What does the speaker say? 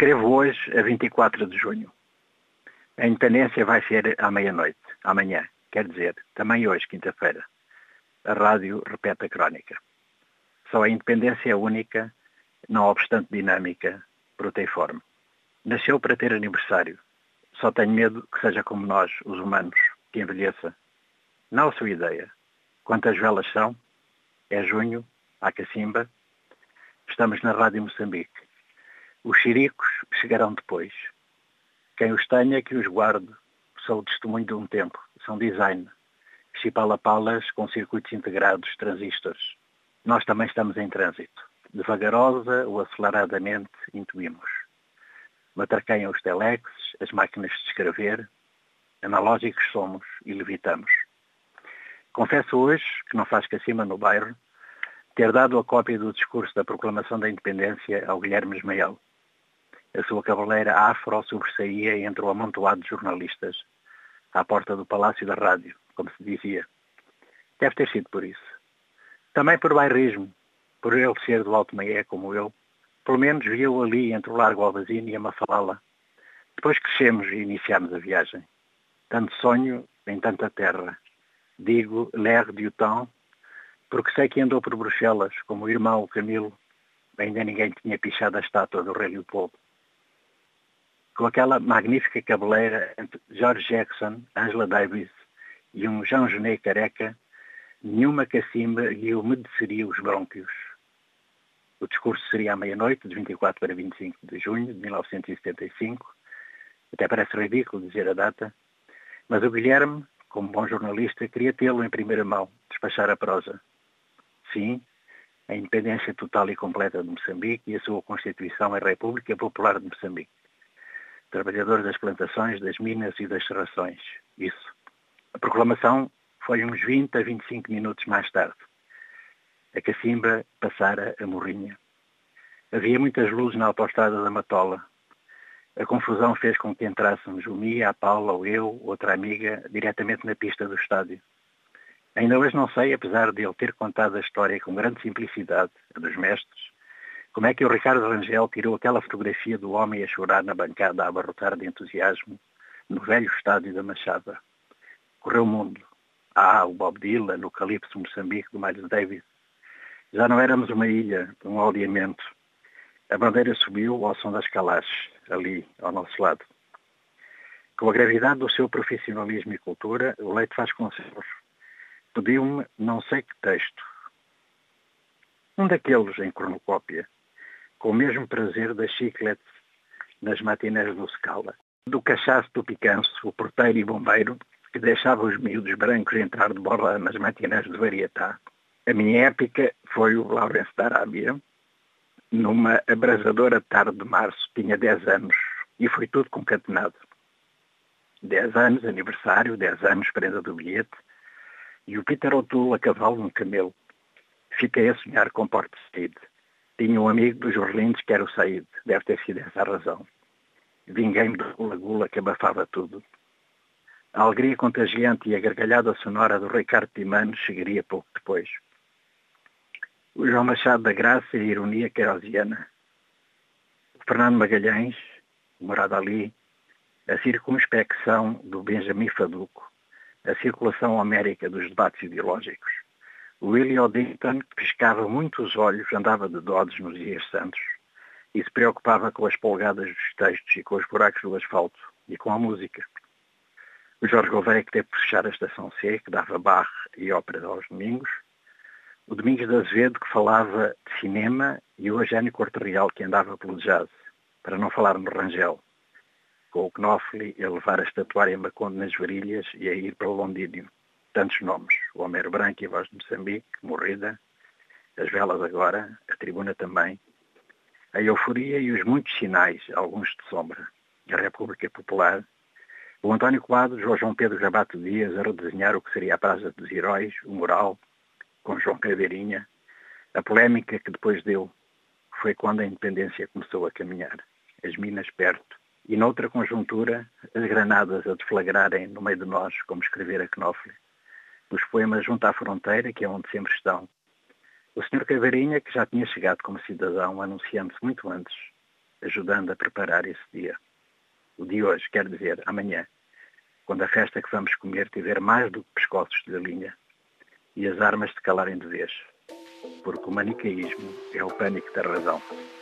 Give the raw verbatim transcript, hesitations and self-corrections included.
Escrevo hoje, a vinte e quatro de junho. A independência vai ser à meia-noite, amanhã, quer dizer, também hoje, quinta-feira. A rádio repete a crónica. Só a independência é única, não obstante dinâmica, proteiforme. Nasceu para ter aniversário. Só tenho medo que seja como nós, os humanos, que envelheça. Não a sua ideia. Quantas velas são? É junho, há cacimba. Estamos na Rádio Moçambique. Os xiricos chegarão depois. Quem os tenha, que os guarde. Sou o testemunho de um tempo. São design. Chipala-palas com circuitos integrados, transistores. Nós também estamos em trânsito. Devagarosa ou aceleradamente intuímos. Matraqueiam os telexes, as máquinas de escrever. Analógicos somos e levitamos. Confesso hoje, que não faz cacima no bairro, ter dado a cópia do discurso da proclamação da independência ao Guilherme Ismael. A sua cabeleira afro sobressaía entre o amontoado de jornalistas, à porta do Palácio da Rádio, como se dizia. Deve ter sido por isso. Também por bairrismo, por ele ser do Alto Maié como eu, pelo menos via-o ali entre o Largo Alvazino e a Mafalala. Depois crescemos e iniciámos a viagem. Tanto sonho em tanta terra. Digo l'air du temps, porque sei que andou por Bruxelas, como o irmão Camilo, ainda ninguém tinha pichado a estátua do rei Leopoldo. Com aquela magnífica cabeleira entre George Jackson, Angela Davis e um Jean Genet careca, nenhuma cacimba lhe umedeceria os brônquios. O discurso seria à meia-noite, de vinte e quatro para vinte e cinco de junho de mil novecentos e setenta e cinco. Até parece ridículo dizer a data, mas o Guilherme, como bom jornalista, queria tê-lo em primeira mão, despachar a prosa. Sim, a independência total e completa de Moçambique e a sua Constituição é a República Popular de Moçambique. Trabalhadores das plantações, das minas e das serrações. Isso. A proclamação foi uns vinte a vinte e cinco minutos mais tarde. A cacimba passara a morrinha. Havia muitas luzes na autoestrada da Matola. A confusão fez com que entrássemos o Mia, a Paula, ou eu, outra amiga, diretamente na pista do estádio. Ainda hoje não sei, apesar de ele ter contado a história com grande simplicidade, a dos mestres, como é que o Ricardo Rangel tirou aquela fotografia do homem a chorar na bancada a abarrotar de entusiasmo no velho estádio da Machada. Correu o mundo. Ah, o Bob Dylan, o Calypso Moçambique do Miles Davis. Já não éramos uma ilha, um aldeamento. A bandeira subiu ao som das calaches, ali, ao nosso lado. Com a gravidade do seu profissionalismo e cultura, o Leite Vasconcelos pediu-me não sei que texto. Um daqueles em cornucópia, com o mesmo prazer das chicletes nas matinés do Scala. Do cachaço do Picanço, o porteiro e bombeiro, que deixava os miúdos brancos entrar de borla nas matinés de Varietá. A minha épica foi o Lawrence da Arábia. Numa abrasadora tarde de março, tinha dez anos e foi tudo concatenado. dez anos, aniversário, dez anos, prenda do bilhete, e o Peter O'Toole a cavalo num camelo. Fiquei a sonhar com Port Said. Tinha um amigo dos Orlindes que era o Said, deve ter sido essa a razão. Vinguei-me do gula-gula que abafava tudo. A alegria contagiante e a gargalhada sonora do Ricardo Timano chegaria pouco depois. O João Machado da Graça e a ironia querosiana. Fernando Magalhães, morado ali, a circunspecção do Benjamin Faduco, a circulação homérica dos debates ideológicos. O Willie Oddington, que piscava muito os olhos, andava de Dodges nos dias santos e se preocupava com as polgadas dos textos e com os buracos do asfalto e com a música. O Jorge Gouveia, que teve que fechar a Estação C, que dava barre e ópera aos domingos. O Domingos de Azevedo, que falava de cinema, e o Eugénio Corte Real, que andava pelo jazz, para não falar no Rangel, com o Knopfli a levar a estatuária Macondo nas varilhas e a ir para o Londínio. Tantos nomes. O Homero Branco e a Voz de Moçambique, morrida. As velas agora, a tribuna também. A euforia e os muitos sinais, alguns de sombra. A República Popular. O António Quadros ou João Pedro Grabato Dias a redesenhar o que seria a Praça dos Heróis, o mural, com João Caveirinha. A polémica que depois deu foi quando a independência começou a caminhar. As minas perto. E noutra conjuntura, as granadas a deflagrarem no meio de nós, como escrevera Knopfli. Os poemas junto à fronteira, que é onde sempre estão. O senhor Caveirinha, que já tinha chegado como cidadão, anunciando-se muito antes. ajudando a preparar esse dia. O de hoje, quer dizer, amanhã, quando a festa que vamos comer tiver mais do que pescoços de galinha e as armas se calarem de vez, porque o manicaísmo é o pânico da razão.